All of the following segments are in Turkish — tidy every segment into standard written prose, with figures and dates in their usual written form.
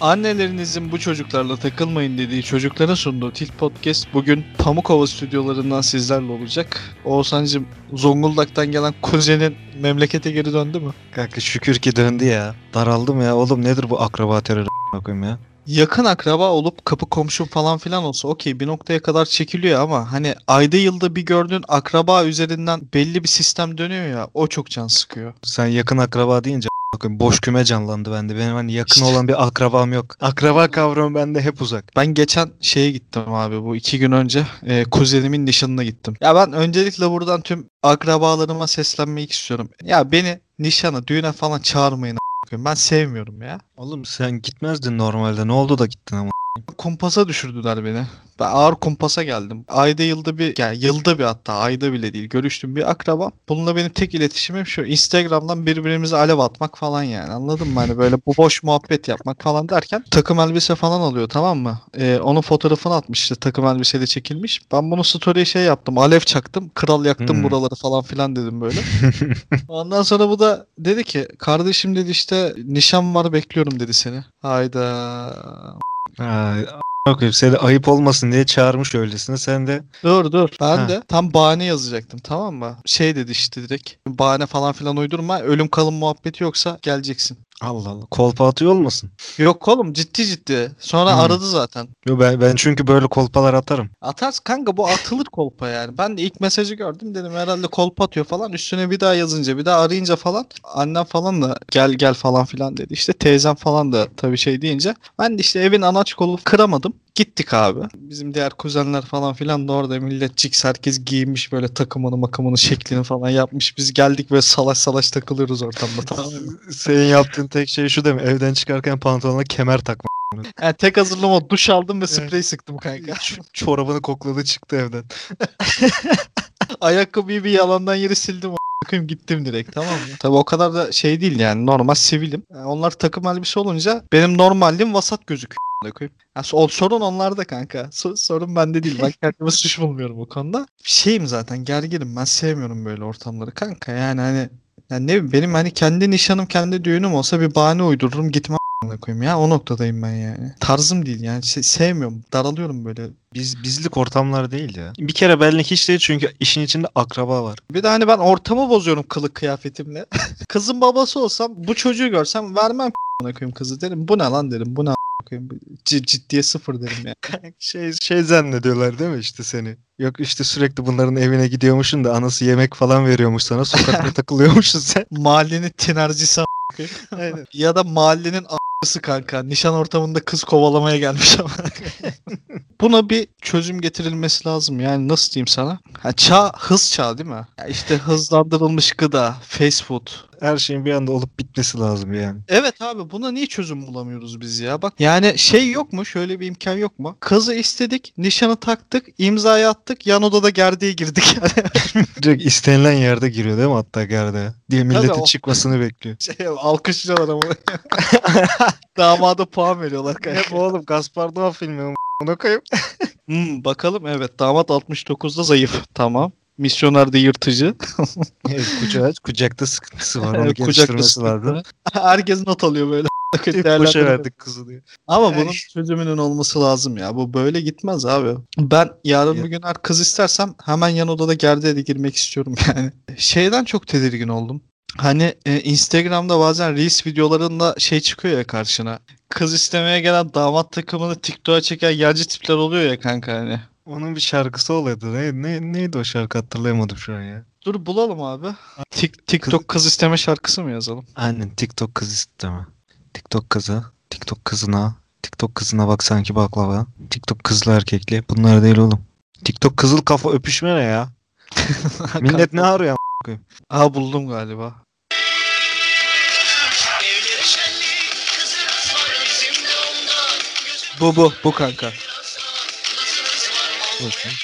Annelerinizin bu çocuklarla takılmayın dediği çocuklara sunduğu Tilt Podcast bugün Pamukova stüdyolarından sizlerle olacak. Oğuzhan'cığım, Zonguldak'tan gelen kuzenin memlekete geri döndü mü? Kanka şükür ki döndü ya. Daraldım ya. Oğlum nedir bu akraba terörü koyayım ya. Yakın akraba olup kapı komşu falan filan olsa okey, bir noktaya kadar çekiliyor ama hani ayda yılda bir gördüğün akraba üzerinden belli bir sistem dönüyor ya, o çok can sıkıyor. Sen yakın akraba deyince koyayım, boş küme canlandı bende. Benim hani yakın olan bir akrabam yok. Akraba kavramı bende hep uzak. Ben geçen şeye gittim abi, bu 2 gün önce kuzenimin nişanına gittim. Ya ben öncelikle buradan tüm akrabalarıma seslenmek istiyorum. Ya beni nişana, düğüne falan çağırmayın a**ım. Ben sevmiyorum ya. Oğlum sen gitmezdin normalde. Ne oldu da gittin ama? Kumpasa düşürdüler beni. Ben ağır kumpasa geldim. Ayda yılda bir, yani yılda bir, hatta ayda bile değil, görüştüğüm bir akraba. Bununla benim tek iletişimim şu: Instagram'dan birbirimize alev atmak falan, yani anladın mı? Hani böyle bu boş muhabbet yapmak falan derken takım elbise falan alıyor, tamam mı? Onun fotoğrafını atmıştı, takım elbiseyle çekilmiş. Ben bunu story'e şey yaptım, alev çaktım, kral yaktım Hmm. buraları falan filan dedim böyle. Ondan sonra bu da dedi ki, kardeşim dedi, işte nişan var, bekliyorum dedi seni. Hayda. Ay, koyayım seni ayıp olmasın diye çağırmış öylesine. Sen de Dur. Ben ha de tam bahane yazacaktım, tamam mı? Şey dedi işte direkt. Bahane falan filan uydurma. Ölüm kalım muhabbeti yoksa geleceksin. Allah Allah kolpa atıyor olmasın. Yok oğlum, ciddi ciddi. Sonra Hmm. aradı zaten. Yo, ben çünkü böyle kolpalar atarım. Atarsın kanka, bu atılır kolpa yani. Ben de ilk mesajı gördüm, dedim herhalde kolpa atıyor falan. Üstüne bir daha yazınca, bir daha arayınca falan annem falan da gel gel falan filan dedi. İşte teyzem falan da tabii şey deyince ben de işte evin anaç kolu kıramadım. Gittik abi. Bizim diğer kuzenler falan filan da orada, milletçik, herkes giymiş böyle takımını makamını şeklini falan yapmış. Biz geldik ve salaş salaş takılıyoruz ortamda, tamam mı? Senin yaptığın tek şey şu değil mi? Evden çıkarken pantolonuna kemer takma. Yani tek hazırlığım o, duş aldım ve Evet. sprey sıktım kanka. Çorabını kokladı çıktı evden. Ayakkabıyı bir yalandan yere sildim. Bakayım, gittim direkt, tamam mı? Tabii o kadar da şey değil yani, normal sivilim. Yani onlar takım elbise olunca benim normalliğim vasat gözüküyor. Koyayım. Yani sorun onlarda kanka. Sorun bende değil. Ben kendime suç bulmuyorum o konuda. Şeyim zaten, gerginim. Ben sevmiyorum böyle ortamları kanka. Yani hani, yani ne bileyim, benim hani kendi nişanım, kendi düğünüm olsa bir bahane uydururum, gitmem koyayım ya. O noktadayım ben yani. Tarzım değil yani. Sevmiyorum. Daralıyorum böyle. Bizlik ortamlar değil ya. Bir kere benlik hiç değil çünkü işin içinde akraba var. Bir de hani ben ortamı bozuyorum kılık kıyafetimle. Kızın babası olsam, bu çocuğu görsem vermem koyayım kızı, derim. Bu ne lan derim. Bu ne koyayım. Ciddiye sıfır derim ya. Şey zannediyorlar değil mi işte seni? Yok işte sürekli bunların evine gidiyormuşsun da anası yemek falan veriyormuş sana. Sokakta takılıyormuşsun sen. Mahallenin tinercisi koyayım. Aynen. Ya da mahallenin a**sı kanka. Nişan ortamında kız kovalamaya gelmiş ama. Buna bir çözüm getirilmesi lazım. Yani nasıl diyeyim sana? Ha, hız çağı değil mi? Ya işte hızlandırılmış gıda, fast food. Her şeyin bir anda olup bitmesi lazım yani. Evet abi, buna niye çözüm bulamıyoruz biz ya? Bak yani, şey yok mu? Şöyle bir imkan yok mu? Kızı istedik, nişanı taktık, imzayı attık, yan odada gerdeğe girdik yani. Direkt istenilen yerde giriyor değil mi hatta gerde? Diye Tabii milletin o çıkmasını bekliyor. şey, alkışlıyorlar ama. Damada puan veriyorlar Ne bu kanka. oğlum Gaspar Noé filmi mi? Ona koyayım. Bakalım, evet, damat 69'da zayıf. Tamam. Misyoner yırtıcı. Evet, kucakta sıkıntısı var onu Kucakta geliştirmesi lazım. sıkıntı. Herkes not alıyor böyle. Tüp boşa Değerlendirme. verdik kızı diye. Ama Ay. bunun çözümünün olması lazım ya. Bu böyle gitmez abi. Ben yarın Ya, bir gün eğer kız istersem hemen yan odada gerdeğe de girmek istiyorum yani. Şeyden çok tedirgin oldum. Hani Instagram'da bazen Reels videolarında şey çıkıyor ya karşına. Kız istemeye gelen damat takımını TikTok'a çeken yancı tipler oluyor ya kanka hani. onun bir şarkısı oluyordu. Neydi o şarkı hatırlayamadım şu an ya. Dur bulalım abi. Kız, TikTok kız isteme şarkısı mı yazalım? aynen TikTok kız isteme. TikTok kızı. TikTok kızına. TikTok kızına bak sanki baklava. TikTok kızlı erkekli. Bunlar değil oğlum. TikTok kızıl kafa öpüşme ne ya? Millet ne Kanka. arıyor a**ım? Aha, buldum galiba. Bu kanka. Bakayım.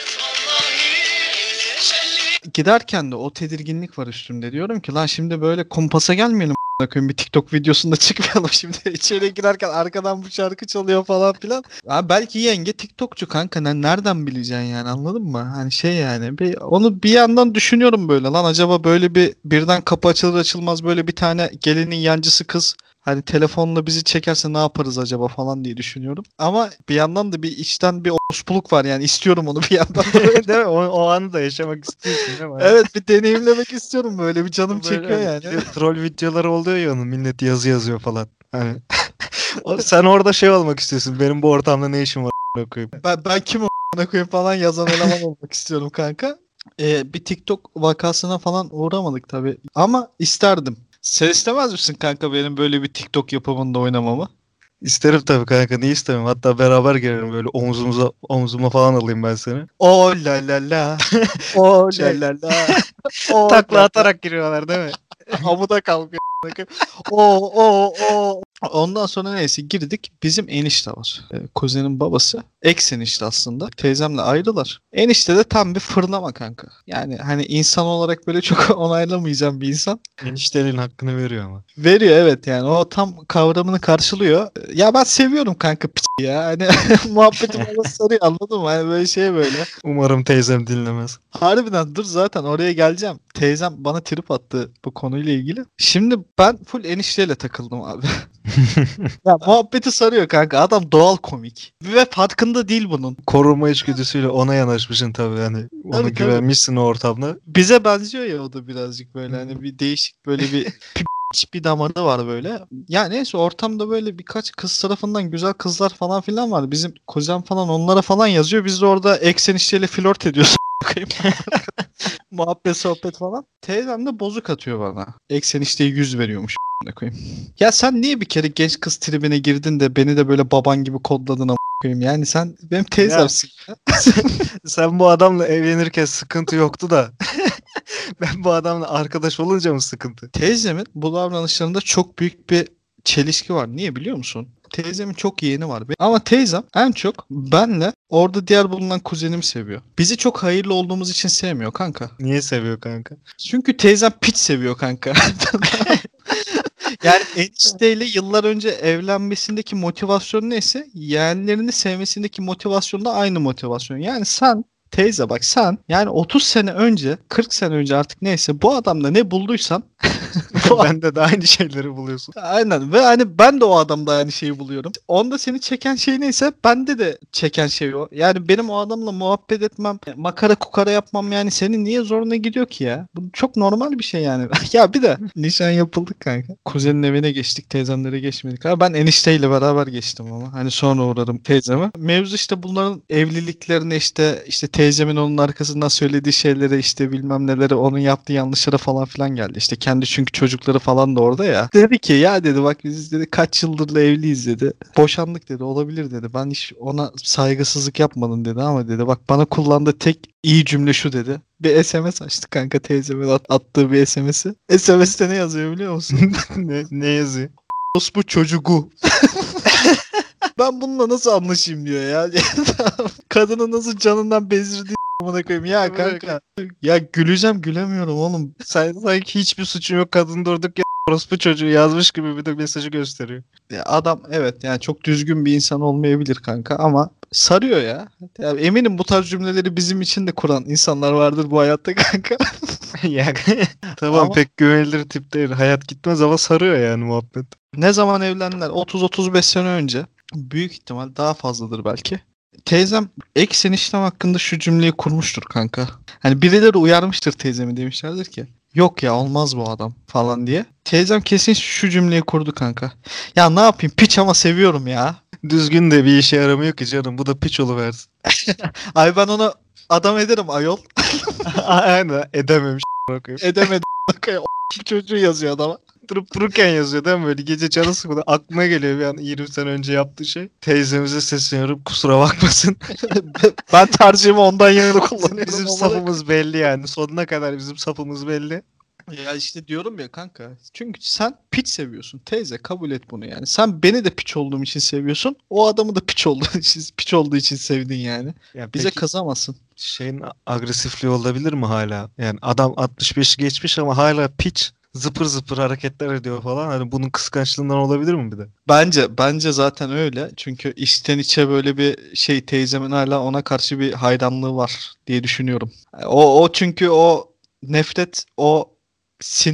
Giderken de o tedirginlik var üstümde. Diyorum ki lan, şimdi böyle kumpasa gelmeyelim a**ına, bir TikTok videosunda çıkmayalım şimdi. İçeri girerken arkadan bu şarkı çalıyor falan filan. Ha, belki yenge TikTokçu kanka, nereden bileceksin yani, anladın mı? Hani şey yani, onu bir yandan düşünüyorum böyle, lan acaba böyle birden kapı açılır açılmaz böyle bir tane gelinin yancısı kız Hani telefonla bizi çekerse ne yaparız acaba falan diye düşünüyorum. Ama bir yandan da bir içten bir orospuluk var yani istiyorum onu bir yandan da. Değil mi? O anı da yaşamak istiyorsun değil mi? Evet bir deneyimlemek istiyorum böyle bir canım O böyle çekiyor hani yani. bir de troll videoları oluyor ya onun millet yazı yazıyor falan. Hani sen orada şey olmak istiyorsun. Benim bu ortamda ne işim var a**ına koyayım. Ben kim o**ına koyayım falan yazan eleman olmak istiyorum kanka. Bir TikTok vakasına falan uğramadık tabii. Ama isterdim. Sen istemez misin kanka benim böyle bir TikTok yapımında oynamamı? İsterim tabii kanka, niye istemem. Hatta beraber gelelim, böyle omzuma falan alayım ben seni. Oh la la la. Oh la Şey, la la. Oh takla la la. atarak giriyorlar değil mi? Amuda kalkıyor. O. Ondan sonra neyse girdik. Bizim enişte var. Kuzenin babası. Ex enişte aslında. Teyzemle ayrılar. Enişte de tam bir fırlama kanka. Yani hani insan olarak böyle çok onaylamayacağım bir insan. Eniştenin hakkını veriyor ama. Veriyor evet yani o tam kavramını karşılıyor. Ya ben seviyorum kanka ya. Hani muhabbeti bana sarıyor anladın mı? Hani böyle şey böyle. Umarım teyzem dinlemez. Harbiden dur zaten oraya geleceğim. Teyzem bana trip attı bu konuyla ilgili. Şimdi ben full enişteyle takıldım abi. Ya muhabbeti sarıyor kanka. Adam doğal komik. Ve farkında değil bunun. Koruma içgüdüsüyle ona yanaşmışsın tabii, hani ona Tabii tabii. güvenmişsin o ortamda. Bize benziyor ya o da birazcık böyle. Hmm. Hani bir değişik böyle bir bir damarı var böyle. Ya neyse ortamda böyle birkaç kız tarafından güzel kızlar falan filan var. Bizim kuzen falan onlara falan yazıyor. Biz de orada eksen işleriyle flört ediyoruz. Muhabbet sohbet falan. Teyzem de bozuk atıyor bana. Eksen işte 100 veriyormuş. Koyayım. Ya sen niye bir kere genç kız tribine girdin de beni de böyle baban gibi kodladın koyayım. Yani sen benim Ya teyzemsin. sen, sen bu adamla evlenirken sıkıntı yoktu da ben bu adamla arkadaş olunca mı sıkıntı? Teyzemin bu davranışlarında çok büyük bir çelişki var. Niye biliyor musun? Teyzemin çok yeğeni var. Ama teyzem en çok benle orada diğer bulunan kuzenimi seviyor. Bizi çok hayırlı olduğumuz için sevmiyor kanka. Niye seviyor kanka? Çünkü teyzem piç seviyor kanka. Yani enişteyle yıllar önce evlenmesindeki motivasyon neyse yeğenlerini sevmesindeki motivasyon da aynı motivasyon. Yani sen teyze bak sen yani 30 sene önce 40 sene önce artık neyse bu adamda ne bulduysan bu Bende de aynı şeyleri buluyorsun. aynen ve hani ben de o adamda aynı şeyi buluyorum. Onda seni çeken şey neyse bende de çeken şey o. Yani benim o adamla muhabbet etmem, makara kukara yapmam yani senin niye zoruna gidiyor ki ya? Bu çok normal bir şey yani. Ya bir de nişan yapıldık kanka. Kuzenin evine geçtik, teyzemlere geçmedik. Ha ben enişteyle beraber geçtim ama. Hani sonra uğradım teyzeme. Mevzu işte bunların evliliklerine işte teyzemin onun arkasından söylediği şeylere işte bilmem neleri onun yaptığı yanlışlara falan filan geldi. İşte kendi çünkü çocukları falan da orada ya. Dedi ki ya dedi bak biz dedi kaç yıldır da evliyiz dedi. Boşandık dedi olabilir dedi. Ben hiç ona saygısızlık yapmadım dedi ama dedi bak bana kullandığı tek iyi cümle şu dedi. Bir SMS açtı kanka teyzemin attığı bir SMS'i. SMS'te ne yazıyor biliyor musun? Ne yazıyor? Bu çocuğu. Ben bununla nasıl anlaşayım diyor ya. Kadını nasıl canından bezdirdiği amına koyayım. Ya kanka. Ya güleceğim gülemiyorum oğlum. Sen sanki hiçbir suçun yok, kadın durduk ya orospu çocuğu yazmış gibi bir de mesajı gösteriyor. Ya adam evet yani çok düzgün bir insan olmayabilir kanka ama sarıyor ya. Ya eminim bu tarz cümleleri bizim için de kuran insanlar vardır bu hayatta kanka. Ya tamam, Ama pek güvenilir tip değil. Hayat gitmez ama sarıyor yani muhabbet. ne zaman evlendiler? 30-35 sene önce. Büyük ihtimal daha fazladır belki. Teyzem ek eniştem hakkında şu cümleyi kurmuştur kanka. Hani birileri uyarmıştır teyzemi demişlerdir ki. Yok ya olmaz bu adam falan diye. Teyzem kesin şu cümleyi kurdu kanka. Ya ne yapayım piç ama seviyorum ya. Düzgün de bir işe yaramıyor ki canım. Bu da piç oluversin. Ay ben onu adam ederim ayol. Aynen, edememiş. Bakayım. Edemedim. Çocuğu yazıyor adama. Durup dururken yazıyor değil mi? Böyle gece canı sıkıldı. Aklına geliyor bir an 20 sene önce yaptığı şey. Teyzemize sesleniyorum, kusura bakmasın. Ben tercihimi ondan yana kullanıyorum. Bizim Amına safımız belli yani. Sonuna kadar bizim safımız belli. Ya işte diyorum ya kanka. Çünkü sen piç seviyorsun. Teyze kabul et bunu yani. Sen beni de piç olduğum için seviyorsun. O adamı da piç olduğu için sevdin yani. Ya Bize peki kazamazsın. şeyin agresifliği olabilir mi hala? Yani adam 65'i geçmiş ama hala piç, zıpır zıpır hareketler ediyor falan. Hani bunun kıskançlığından olabilir mi bir de? Bence zaten öyle. Çünkü içten içe böyle bir şey teyzemin hala ona karşı bir hayranlığı var diye düşünüyorum. O çünkü o nefret, o sinir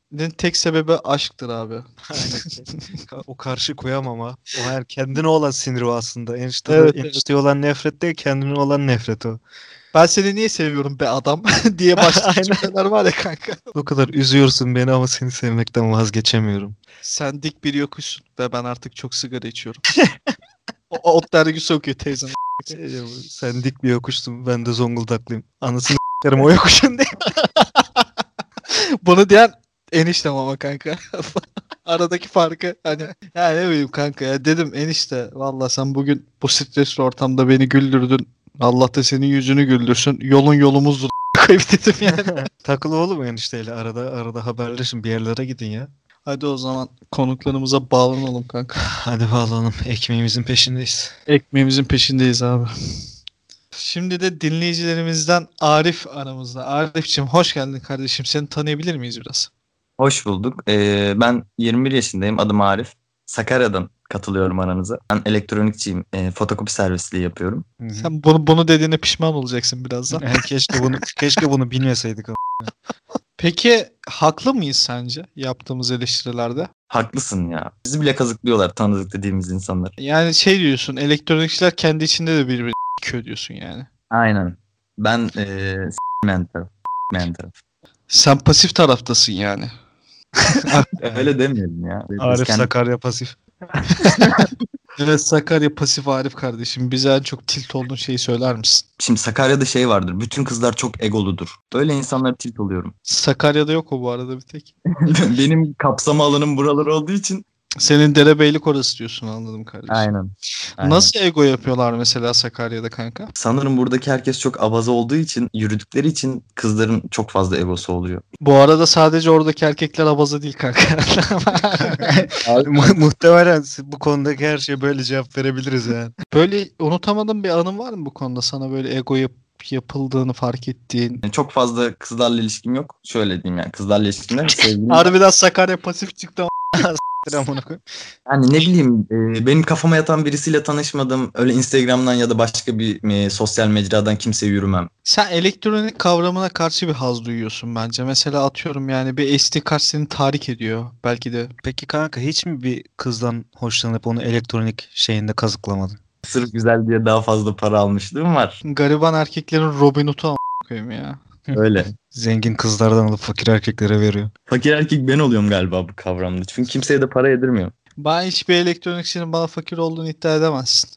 tek sebebi aşktır abi. Aynen. O karşı koyamam ha. O her kendine olan siniri o aslında. Evet, evet. Enişte olan nefret değil, kendine olan nefret o. Ben seni niye seviyorum be adam diye başlayan Aynen. cümleler var ya kanka. O kadar üzüyorsun beni ama seni sevmekten vazgeçemiyorum. Sen dik bir yokuşsun ve ben artık çok sigara içiyorum. Ot dergisi okuyor teyzem. Sen dik bir yokuştun, ben de Zonguldaklıyım. Anasını s**erim o yokuşun değil. Bunu diyen eniştem ama kanka. Aradaki farkı hani ya ne bileyim kanka ya dedim enişte valla sen bugün bu stresli ortamda beni güldürdün. Allah da senin yüzünü güldürsün. Yolun yolumuzdur koyup dedim yani. Takıl oğlum enişteyle arada haberleşin bir yerlere gidin ya. Hadi o zaman konuklarımıza bağlanalım kanka. Hadi bağlanalım. Ekmeğimizin peşindeyiz. Ekmeğimizin peşindeyiz abi. Şimdi de dinleyicilerimizden Arif aramızda. Arif'cim hoş geldin kardeşim. Seni tanıyabilir miyiz biraz? Hoş bulduk. Ben 21 yaşındayım. Adım Arif. Sakarya'dan katılıyorum aranıza. Ben elektronikçiyim. Fotokopi servisliği yapıyorum. Hı hı. Sen bunu dediğine pişman olacaksın birazdan. Keşke bunu bilmeseydik. Peki haklı mıyız sence yaptığımız eleştirilerde? Haklısın ya. Bizi bile kazıklıyorlar tanıdık dediğimiz insanlar. Yani şey diyorsun elektronikçiler kendi içinde de birbirini s**kıyor diyorsun yani. Aynen. Ben mentor. Mentor. Sen pasif taraftasın yani. Öyle demeyelim ya. Biz Arif kendi- Sakarya pasif. Evet Sakarya pasif Arif kardeşim. Bize en çok tilt olduğun şeyi söyler misin? Şimdi Sakarya'da şey vardır. Bütün kızlar çok egoludur. Öyle insanlara tilt oluyorum. Sakarya'da yok o bu arada bir tek. Benim kapsama alanım buralar olduğu için. Senin derebeylik orası diyorsun anladım kardeşim. Aynen. Aynen. Nasıl ego yapıyorlar mesela Sakarya'da kanka? Sanırım buradaki herkes çok abaza olduğu için, yürüdükleri için kızların çok fazla egosu oluyor. Bu arada sadece oradaki erkekler abaza değil kanka. Muhtemelen bu konudaki her şeye böyle cevap verebiliriz yani. Böyle unutamadığın bir anın var mı bu konuda? Sana böyle ego yapıldığını fark ettiğin. Yani çok fazla kızlarla ilişkim yok. Şöyle diyeyim yani kızlarla ilişkim yok. Sevgilim var. Harbiden Sakarya pasif çıktı. Yani ne bileyim benim kafama yatan birisiyle tanışmadım. Öyle Instagram'dan ya da başka bir sosyal mecradan kimseye yürümem. Sen elektronik kavramına karşı bir haz duyuyorsun bence. Mesela atıyorum yani bir SD kart seni tahrik ediyor. Belki de. Peki kanka hiç mi bir kızdan hoşlanıp onu elektronik şeyinde kazıklamadın? Sırf güzel diye daha fazla para almışlığım var. Gariban erkeklerin Robin Hood'u koyayım ya. Öyle. Zengin kızlardan alıp fakir erkeklere veriyor. Fakir erkek ben oluyorum galiba bu kavramda. Çünkü kimseye de para yedirmiyor. Ben hiçbir elektronikçinin bana fakir olduğunu iddia edemezsin.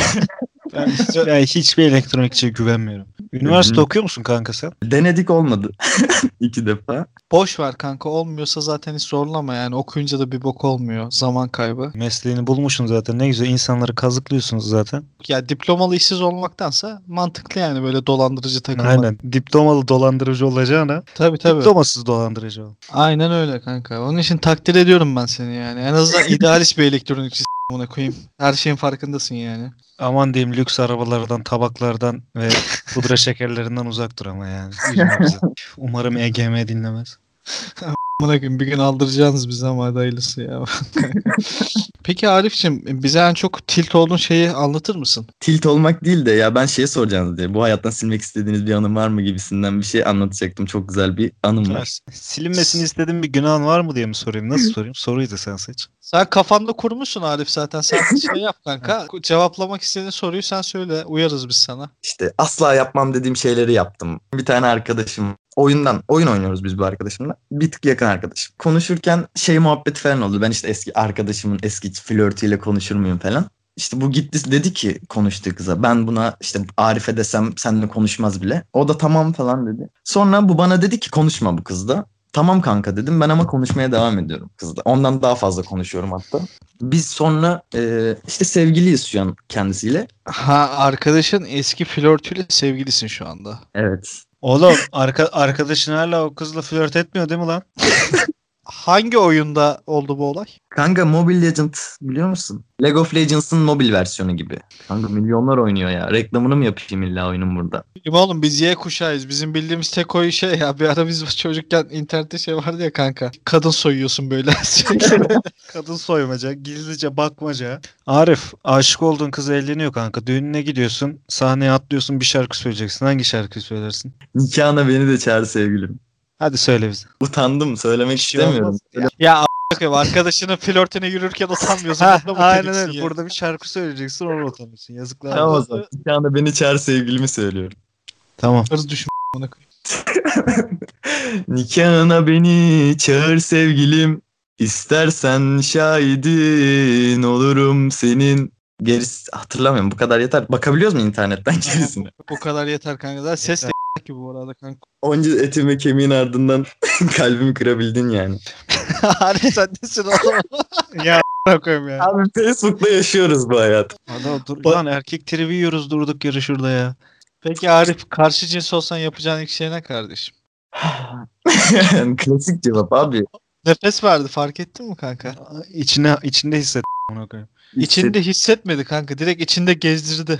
Ben hiçbir elektronikçiye güvenmiyorum. Üniversite okuyor musun kanka sen? Denedik olmadı. 2 defa. Boş ver kanka olmuyorsa zaten hiç zorlama yani okuyunca da bir bok olmuyor. Zaman kaybı. Mesleğini bulmuşsun zaten. Ne güzel insanları kazıklıyorsunuz zaten. Ya diplomalı işsiz olmaktansa mantıklı yani böyle dolandırıcı takılmak. Aynen. Diplomalı dolandırıcı olacağına Tabii tabii. diplomasız dolandırıcı ol. Aynen öyle kanka. Onun için takdir ediyorum ben seni yani. En azından idealist bir elektronikçi buna koyayım. Her şeyin farkındasın yani. Aman diyeyim lüks arabalardan, tabaklardan ve pudra şekerlerinden uzak dur ama yani. Üzme bizi. Umarım EGM dinlemez. Buna koyayım bir gün aldıracağınız bize ama hadi hayırlısı ya. Peki Arif'cim bize en çok tilt olduğun şeyi anlatır mısın? Tilt olmak değil de ya ben şeye soracağınız diye. Bu hayattan silmek istediğiniz bir anım var mı gibisinden bir şey anlatacaktım. Çok güzel bir anım var. Silinmesini istediğin bir günahın var mı diye mi sorayım? Nasıl sorayım? Soruyu da sen seç. Sen kafanda kurmuşsun Arif zaten. Sen şey yap kanka. Cevaplamak istediğin soruyu sen söyle. Uyarız biz sana. İşte asla yapmam dediğim şeyleri yaptım. Bir tane arkadaşım oyun oynuyoruz biz bu arkadaşımla. Bir tık yakın arkadaşım. Konuşurken şey muhabbeti falan oldu. Ben işte eski arkadaşımın eski flörtüyle konuşur muyum falan. İşte bu gitti dedi ki konuştuğu kıza. Ben buna işte Arif'e desem seninle konuşmaz bile. O da tamam falan dedi. Sonra bu bana dedi ki konuşma bu kızla. Tamam kanka dedim ben ama konuşmaya devam ediyorum kızla. Ondan daha fazla konuşuyorum hatta. Biz sonra işte sevgiliyiz şu an kendisiyle. Ha arkadaşın eski flörtüyle sevgilisin şu anda. Evet. Oğlum arkadaşın hala o kızla flört etmiyor değil mi lan? Hangi oyunda oldu bu olay? Kanka Mobile Legend biliyor musun? League of Legends'ın mobil versiyonu gibi. Kanka milyonlar oynuyor ya. Reklamını mı yapayım illa oyunun burada? Oğlum biz Y kuşağıyız. Bizim bildiğimiz tek oyun şey ya. Bir ara biz çocukken internette şey vardı ya kanka. Kadın soyuyorsun böyle. Kadın soymaca, gizlice bakmaca. Arif, aşık olduğun kız evleniyor kanka. Düğününe gidiyorsun, sahneye atlıyorsun, bir şarkı söyleyeceksin. Hangi şarkıyı söylersin? Nikahına beni de çağır sevgilim. Hadi söyle bize. Utandım, söylemek Bir şey istemiyorum. olmaz. Ya. Ya a**ayım, arkadaşının flörtüne yürürken utanmıyorsun. Ha, Bunda mı aynen teliksin öyle. ya? Burada bir şarkı söyleyeceksin, onu utanıyorsun. Yazıklar Tamam o olsun. zaman. Şu anda beni çağır sevgilimi söylüyorum. Tamam. Hırs düşman. amına koyayım. Nikahına beni çağır sevgilim. İstersen şahidin olurum senin. Gerisi hatırlamıyorum. Bu kadar yeter. Bakabiliyoruz mu internetten gerisine? Bu kadar yeter kanka. Zaten ses de Yeter. gibi bu arada kanka. Onca etim ve kemiğin ardından kalbimi kırabildin yani. Harbi sen nesin oğlum? Ya koyayım ya. Abi Facebook'ta yaşıyoruz bu hayat. Adam dur lan, erkek tribi yiyoruz durduk yere şurada ya. Peki Arif, karşı cins olsan yapacağın ilk şey ne kardeşim? Klasik cevap abi. Nefes verdi, fark ettin mi kanka? İçinde hisset. Ona koyayım. İçinde hissetmedi kanka. Direkt içinde gezdirdi.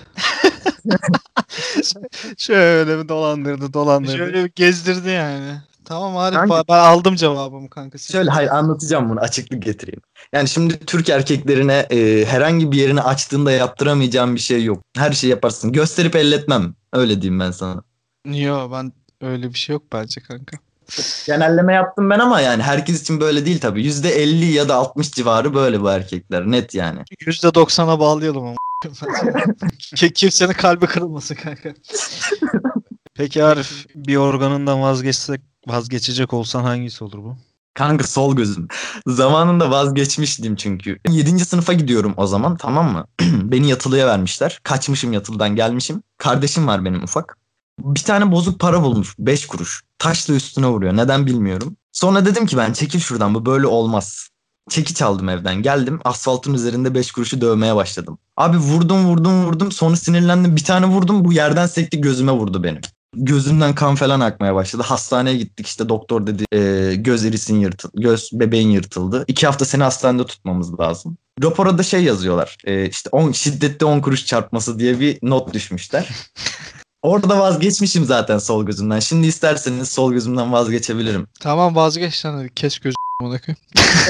Şöyle bir dolandırdı. Şöyle bir gezdirdi yani. Tamam Arif, Kanka- ben aldım cevabımı kanka. Şöyle hayır anlatacağım bunu, açıklık getireyim. Yani şimdi Türk erkeklerine herhangi bir yerini açtığında yaptıramayacağım bir şey yok. Her şeyi yaparsın. Gösterip elletmem. Öyle diyeyim ben sana. Yo, ben öyle bir şey yok bence kanka. Genelleme yaptım ben ama yani herkes için böyle değil tabii. %50 ya da 60 civarı böyle bu erkekler. Net yani. %90'a bağlayalım ama. Kimsenin kalbi kırılmasın kanka. Peki Arif, bir organından vazgeçecek olsan hangisi olur bu? Kanka sol gözüm. Zamanında vazgeçmiştim çünkü. 7. sınıfa gidiyorum o zaman, tamam mı? Beni yatılıya vermişler. Kaçmışım yatılıdan, gelmişim. Kardeşim var benim ufak. Bir tane bozuk para bulmuş. 5 kuruş. Taşla üstüne vuruyor. Neden bilmiyorum. Sonra dedim ki ben çekil şuradan, bu böyle olmaz. Çekiç aldım evden, geldim. Asfaltın üzerinde 5 kuruşu dövmeye başladım. Abi vurdum. Sonra sinirlendim. Bir tane vurdum. Bu yerden sekti, gözüme vurdu benim. Gözümden kan falan akmaya başladı. Hastaneye gittik, işte doktor dedi göz erisin göz bebeğin yırtıldı. 2 hafta seni hastanede tutmamız lazım. Rapora da şey yazıyorlar. İşte şiddetli 10 kuruş çarpması diye bir not düşmüşler. Orada vazgeçmişim zaten sol gözümden. Şimdi isterseniz sol gözümden vazgeçebilirim. Tamam, vazgeç lan hadi. Kes gözünü amına koyayım.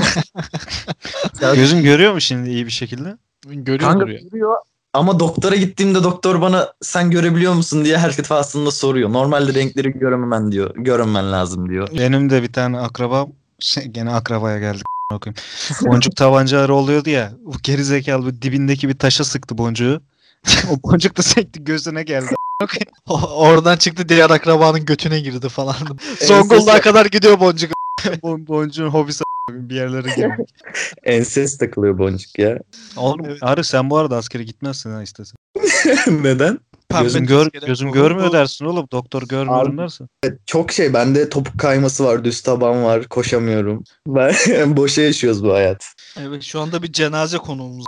Gözün görüyor mu şimdi iyi bir şekilde? Görüyordur Kanka ya. görüyor ama doktora gittiğimde doktor bana sen görebiliyor musun diye her defasında soruyor. Normalde renkleri görememen diyor. Görmemen lazım diyor. Benim de bir tane akrabam, gene akrabaya geldik. Okuyayım. Boncuk tabancaları oluyordu ya. O gerizekalı bir dibindeki bir taşa sıktı boncuğu. O boncuk da sekti gözüne geldi. Oradan çıktı, diğer akrabanın götüne girdi falan. Zonguldak'a kadar gidiyor boncuk. Boncuğun hobisi bir yerlere girmek. Enses takılıyor boncuk ya. Oğlum Evet. Arif, sen bu arada askere gitmezsin ha istesen. Neden? Gözüm görmüyor dersin oğlum. Doktor görmüyorum Abi- dersin. Çok şey, bende topuk kayması var, düz taban var, koşamıyorum. Ben boşa yaşıyoruz bu hayat. Evet, şu anda bir cenaze konuğumuz.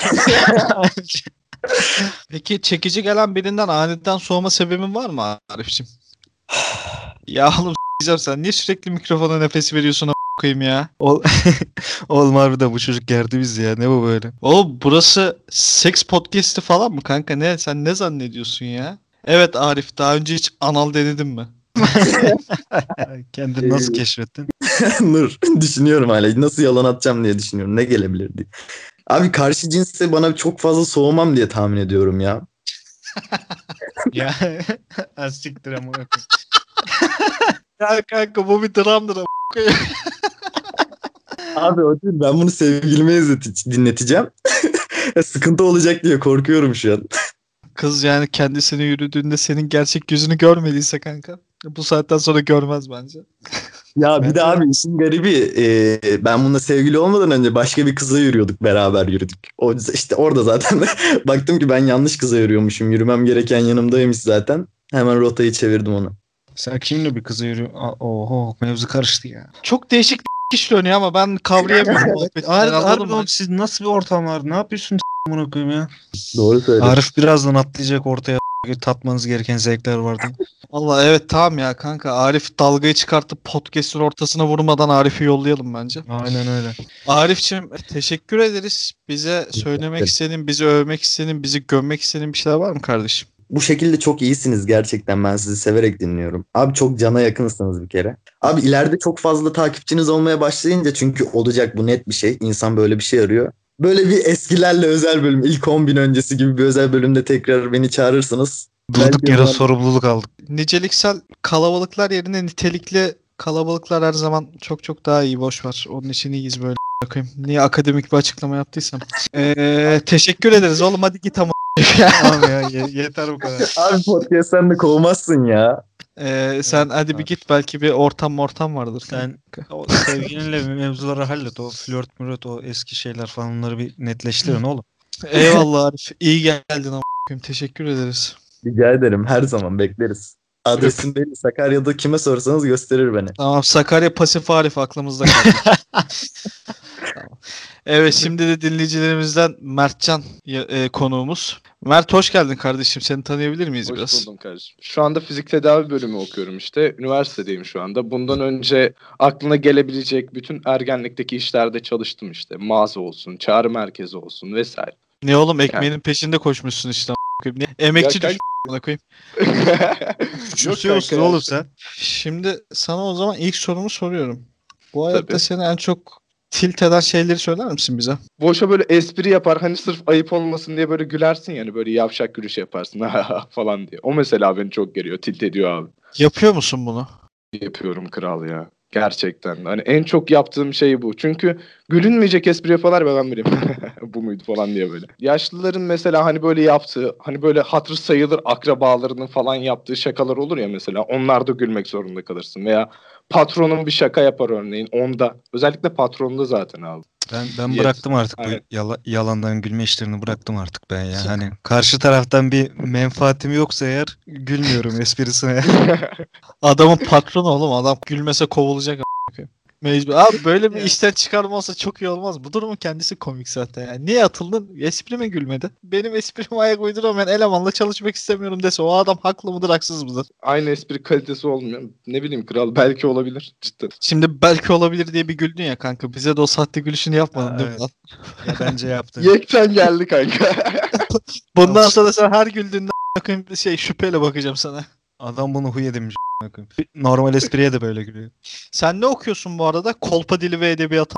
Peki çekici gelen birinden aniden soğuma sebebin var mı Arif'ciğim? Ya oğlum s**eceğim, sen niye sürekli mikrofona nefes veriyorsun a** koyayım ya? Oğlum harbiden bu çocuk gerdi bizi ya. Ne bu böyle? Oğlum burası seks podcast'i falan mı kanka? Ne, sen ne zannediyorsun ya? Evet Arif, daha önce hiç anal denedin mi? Kendini nasıl keşfettin? Nur, düşünüyorum hala. Nasıl yalan atacağım diye düşünüyorum. Ne gelebilir diye. Abi karşı cinse bana çok fazla soğumam diye tahmin ediyorum ya. Ya az siktir ama. Ya kanka, bu bir dramdır a** koyayım. Abi o değil. Ben bunu sevgilime dinleteceğim. Sıkıntı olacak diye korkuyorum şu an. Kız yani kendisine yürüdüğünde senin gerçek yüzünü görmediyse kanka, bu saatten sonra görmez bence. Ya bir Ben de de- abi işin garibi ben bununla sevgili olmadan önce başka bir kıza yürüyorduk, beraber yürüdük. O işte orada zaten baktım ki ben yanlış kıza yürüyormuşum. Yürümem gereken yanımdaymış zaten. Hemen rotayı çevirdim onu. Sen kimle bir kıza yürüyorsun? Oho, mevzu karıştı ya. Çok değişik bir iş dönüyor ama ben kavrayamıyorum muhabbeti. Sen anladın Harbi mı? oğlum, siz nasıl bir ortam var? Ne yapıyorsun bunu koyayım ya? Doğru söylüyorsun. Arif birazdan atlayacak ortaya, tatmanız gereken zevkler vardı. Valla evet, tamam ya kanka. Arif dalgayı çıkartıp podcast'ın ortasına vurmadan Arif'i yollayalım bence. Aynen öyle. Arif'ciğim teşekkür ederiz. Bize söylemek ederim. istediğin, bizi övmek istediğin, bizi gömmek istediğin bir şeyler var mı kardeşim? Bu şekilde çok iyisiniz gerçekten, ben sizi severek dinliyorum. Abi çok cana yakınsınız bir kere. Abi ileride çok fazla takipçiniz olmaya başlayınca, çünkü olacak, bu net bir şey. İnsan böyle bir şey arıyor. Böyle bir eskilerle özel bölüm, ilk 10 bin öncesi gibi bir özel bölümde tekrar beni çağırırsınız. Durduk Belki yere var. sorumluluk aldık. Niceliksel kalabalıklar yerine nitelikli Kalabalıklar her zaman çok çok daha iyi, boş ver. Onun için iyiyiz böyle bakayım. Niye akademik bir açıklama yaptıysam. Teşekkür ederiz oğlum, hadi git ama. Tamam ya yeter bu kadar. Abi podcast'ten de kovmazsın ya. Sen Evet, hadi bir abi. git, belki bir ortam vardır. Sen kanka. o sevgilinle bir mevzuları hallet. O flört müröt o eski şeyler falan onları bir netleştirin oğlum. Eyvallah Arif. İyi geldin ama. Teşekkür ederiz. Rica ederim, her zaman bekleriz. Adresim belli. Sakarya'da kime sorsanız gösterir beni. Tamam, Sakarya Pasif Arif aklımızda kaldı. Tamam. Evet, şimdi de dinleyicilerimizden Mertcan konuğumuz. Mert, hoş geldin kardeşim. Seni tanıyabilir miyiz Hoş biraz? buldum kardeşim. Şu anda fizik tedavi bölümü okuyorum işte. Üniversitedeyim şu anda. Bundan önce aklına gelebilecek bütün ergenlikteki işlerde çalıştım işte. Mağaza olsun, çağrı merkezi olsun vesaire. Ne oğlum, ekmeğinin peşinde koşmuşsun işte. Ne? Emekçi Ya düşün amına koyayım. Yok Susuyorsun kanka ya. oğlum sen. Şimdi sana o zaman ilk sorumu soruyorum. Bu hayatta Tabii. seni en çok tilt eden şeyleri söyler misin bize? Boşa böyle espri yapar hani sırf ayıp olmasın diye böyle gülersin yani böyle yavşak gülüş yaparsın falan diye. O mesela beni çok geriyor, tilt ediyor abi. Yapıyor musun bunu? Yapıyorum kral ya. Gerçekten. Hani en çok yaptığım şey bu. Çünkü gülünmeyecek espri yaparlar ve ben bileyim. Bu muydu falan diye böyle. Yaşlıların mesela hani böyle yaptığı, hani böyle hatır sayılır akrabalarının falan yaptığı şakalar olur ya mesela. Onlarda gülmek zorunda kalırsın. Veya patronun bir şaka yapar örneğin. Onda. Özellikle patronda zaten abi. Ben Yes. bıraktım artık Aynen. bu yalandan gülme işlerini bıraktım artık ben ya. Hani karşı taraftan bir menfaatim yoksa eğer gülmüyorum esprisine. Adamın patronu oğlum. Adam gülmese kovulacak amına koyayım. Mecbur. Abi böyle bir işten çıkarma olsa çok iyi olmaz. Bu durumun kendisi komik zaten yani. Niye atıldın? Esprime gülmedi. Benim esprime ayak uyduramayan elemanla çalışmak istemiyorum dese o adam haklı mıdır, haksız mıdır? Aynı espri kalitesi olmuyor. Ne bileyim kral belki olabilir cidden. Şimdi belki olabilir diye bir güldün ya kanka. Bize de o sahte gülüşünü yapmadın Ha, değil mi evet. lan? Ya bence yaptın. Yekten geldi kanka. Bundan sonra sen her güldüğünde bakayım şüpheyle bakacağım sana. Adam bunu huy edinmiş. Normal espriye de böyle gülüyor. Sen ne okuyorsun bu arada? Kolpa dili ve edebiyatı.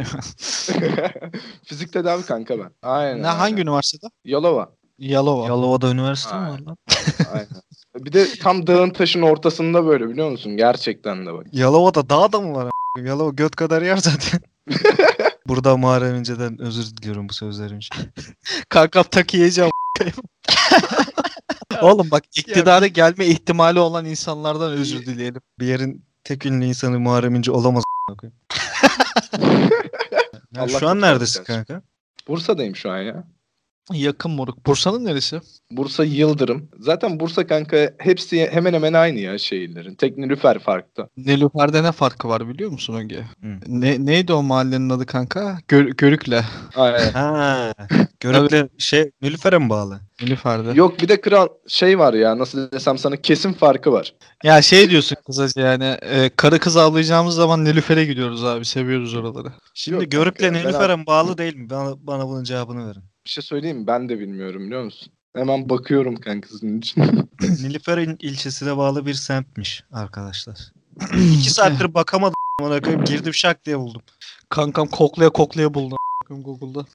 Fizik tedavi kanka ben. Aynen. Ne, hangi aynen. üniversitede? Yalova. Yalova. Yalova'da üniversite mi var Aynen. lan? Aynen. Bir de tam dağın taşın ortasında böyle biliyor musun? Gerçekten de bak. Yalova'da dağ da mı var? Yalova göt kadar yer zaten. Burada Muharrem İnce'den özür diliyorum bu sözlerim için. Kankam takı yiyeceğim. Oğlum bak, iktidara gelme ihtimali olan insanlardan özür dileyelim. Bir yerin tek ünlü insanı Muharrem İnce olamaz. Ya Allah şu an kurtarsın neredesin kardeşim. kanka? Bursa'dayım şu an ya. Yakın moruk. Bursa'nın neresi? Bursa Yıldırım. Zaten Bursa kanka hepsi hemen hemen aynı ya şehirlerin. Tek Nilüfer farklı. Nilüfer'de ne farkı var biliyor musun Öge? Hı. Neydi o mahallenin adı kanka? Görükle. Aynen. Ha, Görükle Nilüfer'e mi bağlı? Nilüfer'de. Yok bir de kral şey var ya nasıl desem sana kesin farkı var. Ya diyorsun kısaca yani, karı kız avlayacağımız zaman Nilüfer'e gidiyoruz abi. Seviyoruz oraları. Şimdi Yok Görükle kanka, ben Nilüfer'e mi bağlı değil mi? Bana bunun cevabını verin. Bir şey söyleyeyim mi? Ben de bilmiyorum biliyor musun? Hemen bakıyorum kanka sizin için. Nilüfer ilçesine bağlı bir semtmiş arkadaşlar. 2 saattir bakamadım. Ona koyayım girdim şak diye buldum. Kankam koklaya koklaya buldum Google'da.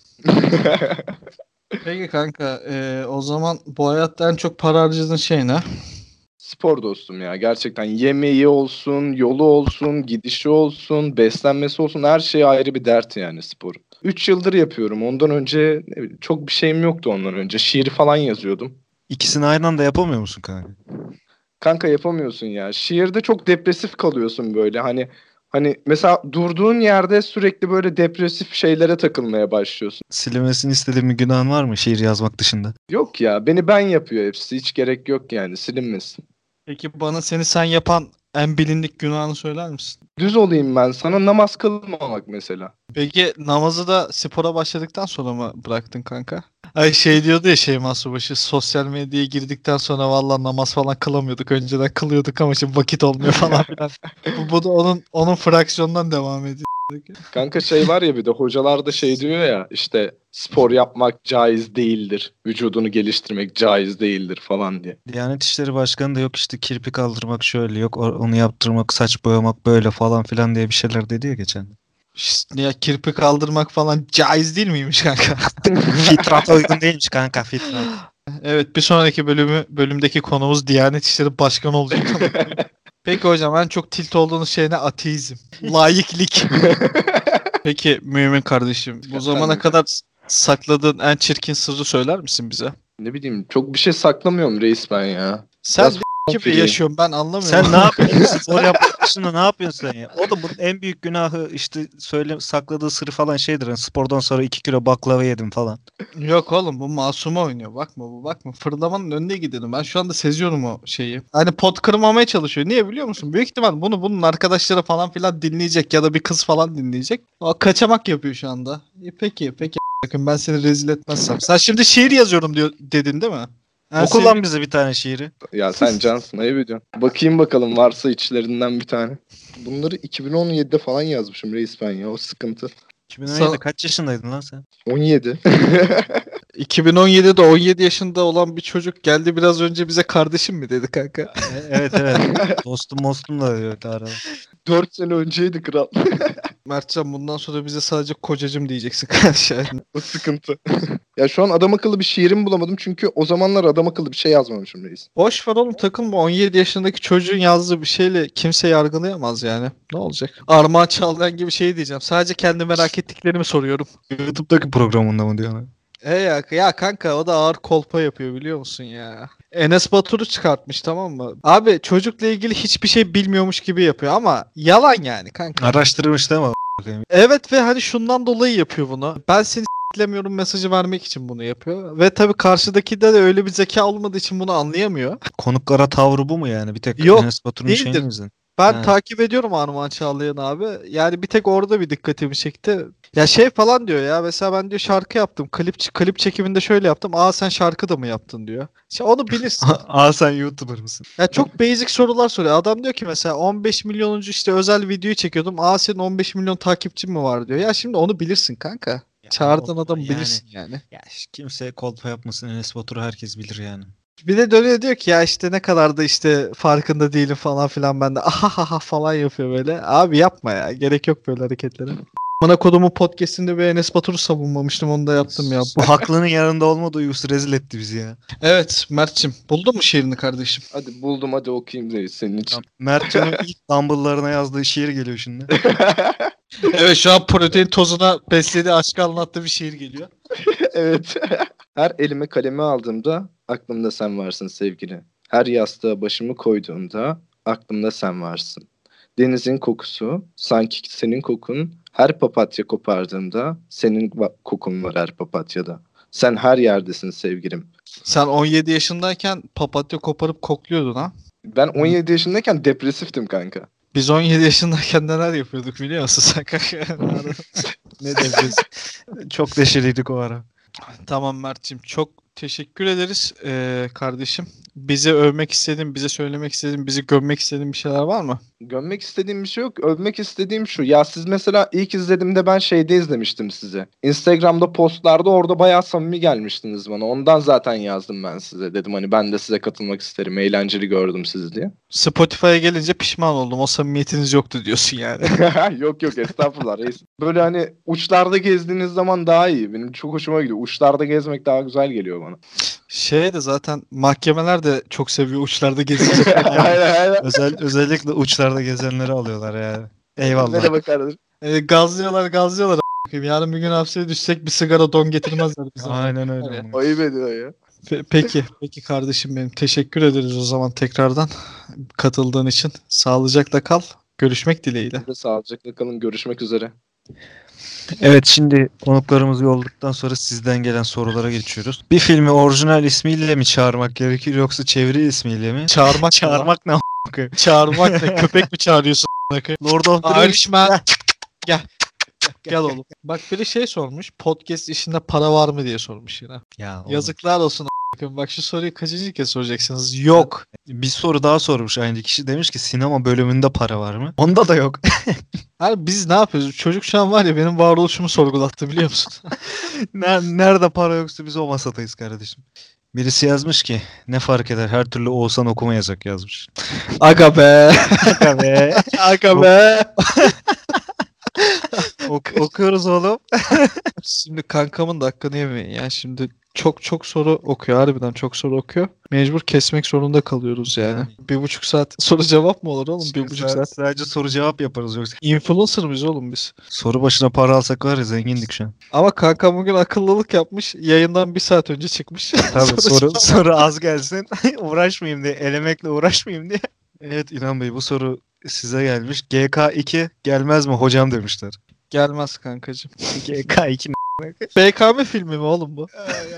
Peki kanka, o zaman bu hayatta en çok para harcadığın şey ne? Spor dostum ya. Gerçekten yemeği olsun, yolu olsun, gidişi olsun, beslenmesi olsun her şey ayrı bir dert yani spor. 3 yıldır yapıyorum. Ondan önce ne bileyim, çok bir şeyim yoktu ondan önce. Şiir falan yazıyordum. İkisini aynı anda yapamıyor musun kanka? Kanka yapamıyorsun ya. Şiirde çok depresif kalıyorsun böyle. Hani mesela durduğun yerde sürekli böyle depresif şeylere takılmaya başlıyorsun. Silinmesini istediğin bir günahın var mı şiir yazmak dışında? Yok ya beni ben yapıyor hepsi. Hiç gerek yok yani silinmesin. Peki bana seni sen yapan en bilindik günahını söyler misin? Düz olayım ben sana namaz kılmamak mesela. Peki namazı da spora başladıktan sonra mı bıraktın kanka? Ay diyordu ya Şeyma Subaşı, sosyal medyaya girdikten sonra vallahi namaz falan kılamıyorduk. Önceden kılıyorduk ama şimdi vakit olmuyor falan filan. Bu da onun fraksiyondan devam ediyor. Kanka şey var ya bir de hocalar da şey diyor ya işte spor yapmak caiz değildir. Vücudunu geliştirmek caiz değildir falan diye. Diyanet İşleri Başkanı da yok işte kirpi kaldırmak şöyle yok onu yaptırmak saç boyamak böyle falan filan diye bir şeyler dedi ya geçen. Ya kirpi kaldırmak falan caiz değil miymiş kanka? Fitrata uygun değilmiş kanka fitrat. Evet, bir sonraki bölümdeki konumuz Diyanet İşleri Başkanı olacak. Peki hocam en çok tilt olduğunuz şey ne? Ateizm. Laiklik. Peki Mümin kardeşim bu zamana Efendim? kadar sakladığın en çirkin sırrı söyler misin bize? Ne bileyim çok bir şey saklamıyorum reis ben ya. Sen Biraz gibi free. yaşıyorsun ben anlamıyorum. Sen ne yapıyorsun? Spor yapmak dışında ne yapıyorsun sen ya? O da bunun en büyük günahı işte sakladığı sırrı falan şeydir. Hani spordan sonra 2 kilo baklava yedim falan. Yok oğlum bu masuma oynuyor. Bakma. Fırlamanın önüne gidelim. Ben şu anda seziyorum o şeyi. Hani pot kırmamaya çalışıyor. Niye biliyor musun? Büyük ihtimal bunun arkadaşları falan filan dinleyecek ya da bir kız falan dinleyecek. O kaçamak yapıyor şu anda. Peki. Bakın ben seni rezil etmezsem. Sen şimdi şiir yazıyorum diyor dedin değil mi? En Oku sevdiğim- lan bize bir tane şiiri. Ya sen cansın ayıp ediyorsun. Bakayım bakalım varsa içlerinden bir tane. Bunları 2017'de falan yazmışım reis ben ya o sıkıntı. 2017'de kaç yaşındaydın lan sen? 17. 2017'de 17 yaşında olan bir çocuk geldi biraz önce bize kardeşim mi dedi kanka? Evet. Dostum da diyor arada. 4 sene önceydi kral. Mertcan bundan sonra bize sadece kocacım diyeceksin kardeşim. O sıkıntı. Ya şu an adam akıllı bir şiirimi bulamadım çünkü o zamanlar adam akıllı bir şey yazmamışım reis. Boş ver oğlum takılma 17 yaşındaki çocuğun yazdığı bir şeyle kimse yargılayamaz yani. Ne olacak? Armağan Çağlayan gibi şey diyeceğim. Sadece kendi merak ettiklerimi soruyorum. YouTube'daki programında mı diyorlar? Ya kanka o da ağır kolpa yapıyor biliyor musun ya? Enes Batur'u çıkartmış tamam mı? Abi çocukla ilgili hiçbir şey bilmiyormuş gibi yapıyor ama yalan yani kanka. Araştırmış değil mi? Evet ve hani şundan dolayı yapıyor bunu. Ben seni s**lemiyorum mesajı vermek için bunu yapıyor. Ve tabii karşıdaki de öyle bir zeka olmadığı için bunu anlayamıyor. Konuklara tavrı bu mu yani? Bir tek Yok, Enes Batur'un değildir. şeyini mi izledin? Ben Ha. takip ediyorum Armağan Çağlayan abi. Yani bir tek orada bir dikkatimi çekti. Ya şey falan diyor ya mesela ben diyor şarkı yaptım. Klip çekiminde şöyle yaptım. Aa sen şarkı da mı yaptın diyor. İşte onu bilirsin. Aa sen YouTuber mısın? Ya çok basic sorular soruyor. Adam diyor ki mesela 15 milyonuncu işte özel videoyu çekiyordum. Aa senin 15 milyon takipçin mi var diyor. Ya şimdi onu bilirsin kanka. Çağırdığın adamı bilirsin yani. Ya kimse kolpa yapmasın, Enes Batur'u herkes bilir yani. Bir de dönüyor diyor ki ya işte ne kadar da işte farkında değilim falan filan ben de ahahaha falan yapıyor böyle. Abi yapma ya. Gerek yok böyle hareketlere. Bana kodumu podcast'inde bir Enes Batur'u savunmamıştım onu da yaptım ya. Bu haklının yanında olma duygusu rezil etti bizi ya. Evet Mert'cim buldun mu şiirini kardeşim? Hadi buldum hadi okuyayım reis senin için. Mertcan'ın ilk Dumble'larına yazdığı şiir geliyor şimdi. Evet şu an protein tozuna beslediği aşkı anlattığı bir şiir geliyor. Evet. Her elime kalemi aldığımda aklımda sen varsın sevgili. Her yastığa başımı koyduğumda aklımda sen varsın. Denizin kokusu, sanki senin kokun, her papatya kopardığımda senin kokun var her papatyada. Sen her yerdesin sevgilim. Sen 17 yaşındayken papatya koparıp kokluyordun ha? Ben 17 yaşındayken depresiftim kanka. Biz 17 yaşındayken neler yapıyorduk biliyor musun sen kanka? Ne diyeceğiz? Çok deşeliydik o ara. Tamam Mert'cim çok teşekkür ederiz kardeşim. Bizi övmek istediğin, bize söylemek istediğin, bizi gömmek istediğin bir şeyler var mı? Gömmek istediğim bir şey yok. Övmek istediğim şu. Ya siz mesela ilk izlediğimde ben şeyde izlemiştim sizi. Instagram'da postlarda orada bayağı samimi gelmiştiniz bana. Ondan zaten yazdım ben size. Dedim hani ben de size katılmak isterim. Eğlenceli gördüm sizi diye. Spotify'a gelince pişman oldum. O samimiyetiniz yoktu diyorsun yani. Yok estağfurullah reis. Böyle hani uçlarda gezdiğiniz zaman daha iyi. Benim çok hoşuma gidiyor. Uçlarda gezmek daha güzel geliyor bana. Şey de zaten mahkemeler de çok seviyor uçlarda gezince. Aynen. Özellikle uçlarda gezenleri alıyorlar yani. Eyvallah. Merhaba kardeşim. Gazlıyorlar a**ayım. Yarın bir gün hapse düşsek bir sigara don getirmezler bize. Aynen Ya. öyle. Ayıp ediyor ya. Peki kardeşim benim. Teşekkür ederiz o zaman tekrardan katıldığın için. Sağlıcakla kal. Görüşmek dileğiyle. Sağlıcakla kalın. Görüşmek üzere. Evet şimdi konuklarımızı yolladıktan sonra sizden gelen sorulara geçiyoruz. Bir filmi orijinal ismiyle mi çağırmak gerekir yoksa çeviri ismiyle mi? Çağırmak Çağırmak ne? Çağırmak ne? Köpek mi çağırıyorsun? Lord of the Rings. Irishman. Gel oğlum. Bak biri şey sormuş. Podcast işinde para var mı diye sormuş yine. Ya oğlum. Yazıklar olsun a**ım. Bak şu soruyu kaçıncı kez soracaksınız? Yok. Bir soru daha sormuş aynı kişi. Demiş ki sinema bölümünde para var mı? Onda da yok. Abi biz ne yapıyoruz? Çocuk şu an var ya benim varoluşumu sorgulattı biliyor musun? Nerede para yoksa biz o masadayız kardeşim. Birisi yazmış ki ne fark eder her türlü Oğuzhan okumayacak yazmış. Aga be. Aga be. Aga be. Okuyoruz oğlum. Şimdi kankamın da hakkını yemeyin ya. Şimdi çok soru okuyor. Harbiden çok soru okuyor. Mecbur kesmek zorunda kalıyoruz yani. Yani. 1,5 saat soru cevap mı olur oğlum? 1,5 saat. Sadece soru cevap yaparız yoksa. Influencer mıyız oğlum biz? Soru başına para alsak var ya zengindik şu an. Ama kanka bugün akıllılık yapmış. Yayından 1 saat önce çıkmış. Tabii Soru soru az gelsin. Uğraşmayayım diye. Elemekle uğraşmayayım diye. Evet İlhan Bey bu soru size gelmiş. GK2 gelmez mi hocam demişler. gelmez kankacığım. GK2 ne? BKM filmi mi oğlum bu?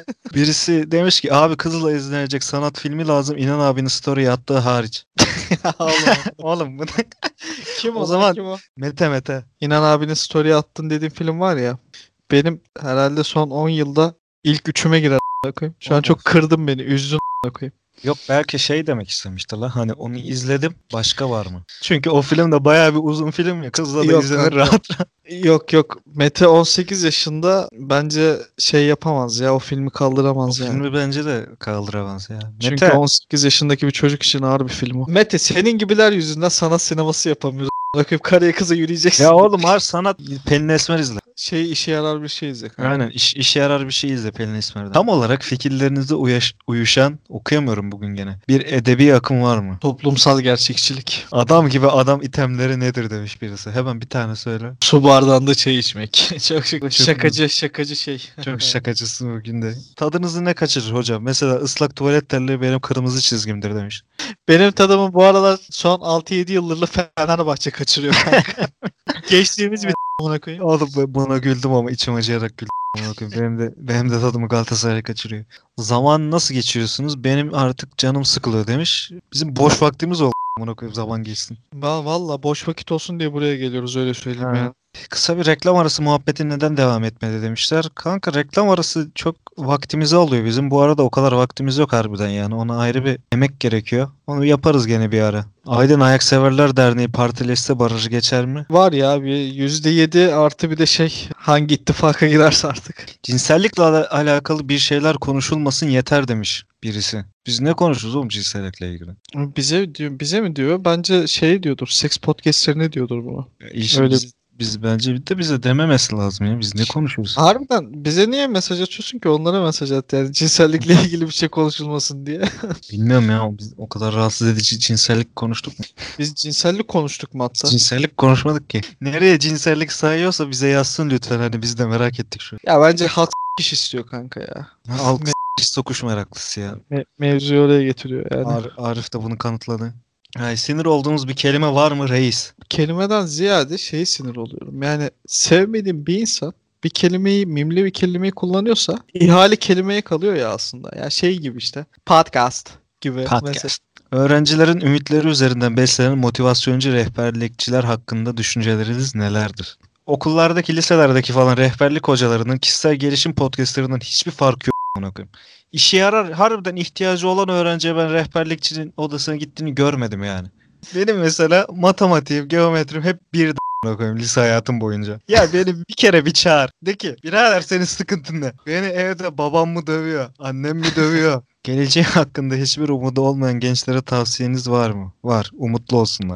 Birisi demiş ki abi Kızıl'a izlenecek sanat filmi lazım. İnan abinin story attığı hariç. oğlum. Oğlum bu ne? Kim O zaman- Kim o? Mete. İnan abinin story attın dediğim film var ya. Benim herhalde son 10 yılda ilk üçüme girer koyayım. Şu an Olmaz. çok kırdın beni. Üzdün koyayım. Yok belki şey demek istemiştir la. Hani onu izledim başka var mı? Çünkü o film de bayağı bir uzun film ya. Kızla da Yok, izlenir kanka. rahat. Yok. Mete 18 yaşında bence şey yapamaz ya. O filmi O kaldıramaz yani. filmi bence de kaldıramaz ya. Çünkü 18 yaşındaki bir çocuk için ağır bir film o. Mete senin gibiler yüzünden sanat sineması yapamıyoruz. Bakıp karıya kıza yürüyeceksin. Ya oğlum har sanat Pelin Esmer izle. Şey işe yarar bir şey izle. kanka. Aynen işe yarar bir şey izle Pelin Esmer'den. Tam olarak fikirlerinize uyuşan okuyamıyorum bugün gene. Bir edebi akım var mı? Toplumsal gerçekçilik. Adam gibi adam itemleri nedir demiş birisi. Hemen bir tane söyle. Su bardağında çay içmek. çok şakacı şey. Çok şakacısın bugün de. Tadınızı ne kaçırır hocam? Mesela ıslak tuvalet terliği benim kırmızı çizgimdir demiş. Benim tadımı bu aralar son 6-7 yıldır Fenerbahçe kaçırıyor kanka. Geçtiğimiz bir ona koyayım. Oğlum ben buna güldüm ama içim acıyarak güldüm. Amına koyayım. Benim de tadımı Galatasaray kaçırıyor. Zaman nasıl geçiriyorsunuz? Benim artık canım sıkılıyor demiş. Bizim boş vaktimiz oldu. Amına koyayım zaman geçsin. Valla boş vakit olsun diye buraya geliyoruz öyle söyleyeyim Ha. yani. Kısa bir reklam arası muhabbeti neden devam etmedi demişler. Kanka reklam arası çok vaktimizi alıyor bizim. Bu arada o kadar vaktimiz yok harbiden yani. Ona ayrı bir emek gerekiyor. Onu yaparız gene bir ara. Aydın Ayakseverler Derneği parti liste barajı geçer mi? Var ya bir %7 artı bir de şey hangi ittifaka girerse artık. Cinsellikle alakalı bir şeyler konuşulmasın yeter demiş birisi. Biz ne konuşuruz oğlum cinsellikle ilgili? Bize mi diyor? Bence şey diyordur. Seks podcastlerine diyordur bunu. İşte Öyle. biz bence bir de bize dememesi lazım ya. Biz ne konuşuyoruz? Harbiden bize niye mesaj atıyorsun ki? Onlara mesaj at yani. Cinsellikle ilgili bir şey konuşulmasın diye. Bilmiyorum ya. Biz o kadar rahatsız edici cinsellik konuştuk mu? Biz cinsellik konuştuk mu hatta? Cinsellik konuşmadık ki. Nereye cinsellik sayıyorsa bize yazsın lütfen. Hani biz de merak ettik şu Ya bence halk iş istiyor kanka ya. an. Halk sokuş meraklısı ya. Mevzuyu oraya getiriyor yani. Arif de bunu kanıtladı. Ay, sinir olduğumuz bir kelime var mı reis? Kelimeden ziyade şeyi sinir oluyorum. Yani sevmediğim bir insan bir kelimeyi, mimli bir kelimeyi kullanıyorsa ihale kelimeye kalıyor ya aslında. Ya şey gibi işte. Podcast gibi. Mesela. Podcast. Öğrencilerin ümitleri üzerinden beslenen motivasyoncu rehberlikçiler hakkında düşünceleriniz nelerdir? Okullardaki, liselerdeki falan rehberlik hocalarının kişisel gelişim podcastlerinden hiçbir farkı yok. Amına koyayım. İşe yarar, harbiden ihtiyacı olan öğrenciye ben rehberlikçinin odasına gittiğini görmedim yani. Benim mesela matematiğim, geometrim hep bir amına koyayım lise hayatım boyunca. Ya beni bir kere bir çağır. De ki birader senin sıkıntın ne? Beni evde babam mı dövüyor, annem mi dövüyor? Geleceği hakkında hiçbir umudu olmayan gençlere tavsiyeniz var mı? Var. Umutlu olsunlar.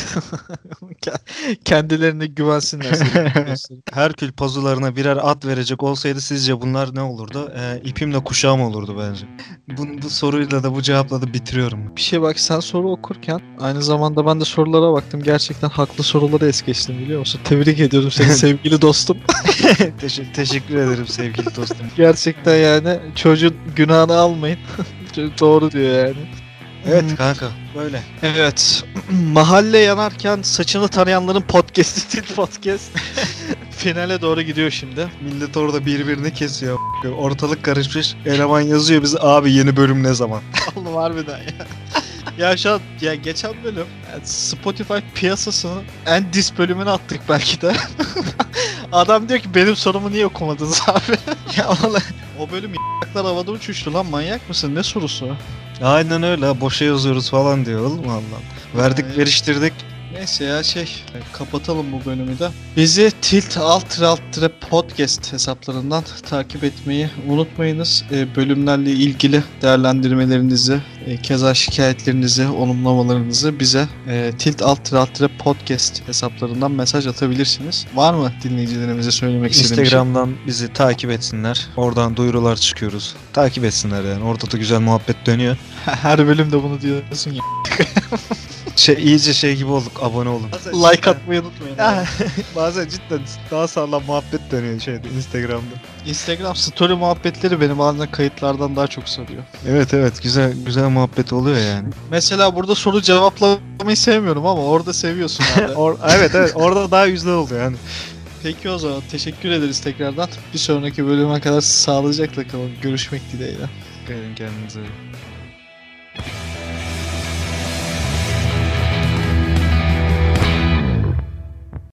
Kendilerine güvensinler. Herkül pazularına birer at verecek olsaydı sizce bunlar ne olurdu? İpimle kuşağım olurdu bence. Bu soruyla da bu cevapla da bitiriyorum. Bir şey bak sen soru okurken aynı zamanda ben de sorulara baktım. Gerçekten haklı soruları es geçtim biliyor musun? Tebrik ediyorum seni sevgili dostum. Teşekkür ederim sevgili dostum. Gerçekten yani çocuğun günahını almayın. Çocuk doğru diyor yani. Evet kanka böyle. Evet. Mahalle yanarken saçını tarayanların podcast'i değil podcast. Finale doğru gidiyor şimdi. Millet orada birbirini kesiyor. Ortalık karışmış. Eleman yazıyor bize abi yeni bölüm ne zaman? Oğlum harbiden ya. Ya şu an ya geçen bölüm yani Spotify piyasasının en dis bölümünü attık belki de. Adam diyor ki benim sorumu niye okumadınız abi? Ya vallahi. O bölüm y***lar havada uçuştu lan manyak mısın? Ne sorusu? Aynen öyle. Boşa yazıyoruz falan diyor oğlum Allah. Verdik Ay. veriştirdik. Neyse ya kapatalım bu bölümü de. Bizi Tilt Podcast hesaplarından takip etmeyi unutmayınız. Bölümlerle ilgili değerlendirmelerinizi, keza şikayetlerinizi, olumlamalarınızı bize Tilt Podcast hesaplarından mesaj atabilirsiniz. Var mı dinleyicilerimize söylemek istediğim bir şey? Instagram'dan bizi takip etsinler. Oradan duyurular çıkıyoruz. Takip etsinler yani. Orada da güzel muhabbet dönüyor. Her bölümde bunu diyorsun ya. İyice gibi olduk. Abone olun. Like atmayı unutmayın. Bazen cidden daha sağlam muhabbet dönüyor Instagram'da. Instagram story muhabbetleri beni bazen kayıtlardan daha çok sarıyor. Evet güzel muhabbet oluyor yani. Mesela burada soru cevaplamayı sevmiyorum ama orada seviyorsun abi. Evet orada daha güzel oluyor yani. Peki o zaman teşekkür ederiz tekrardan. Bir sonraki bölüme kadar sağlıcakla kalın. Görüşmek dileğiyle. Kendinize.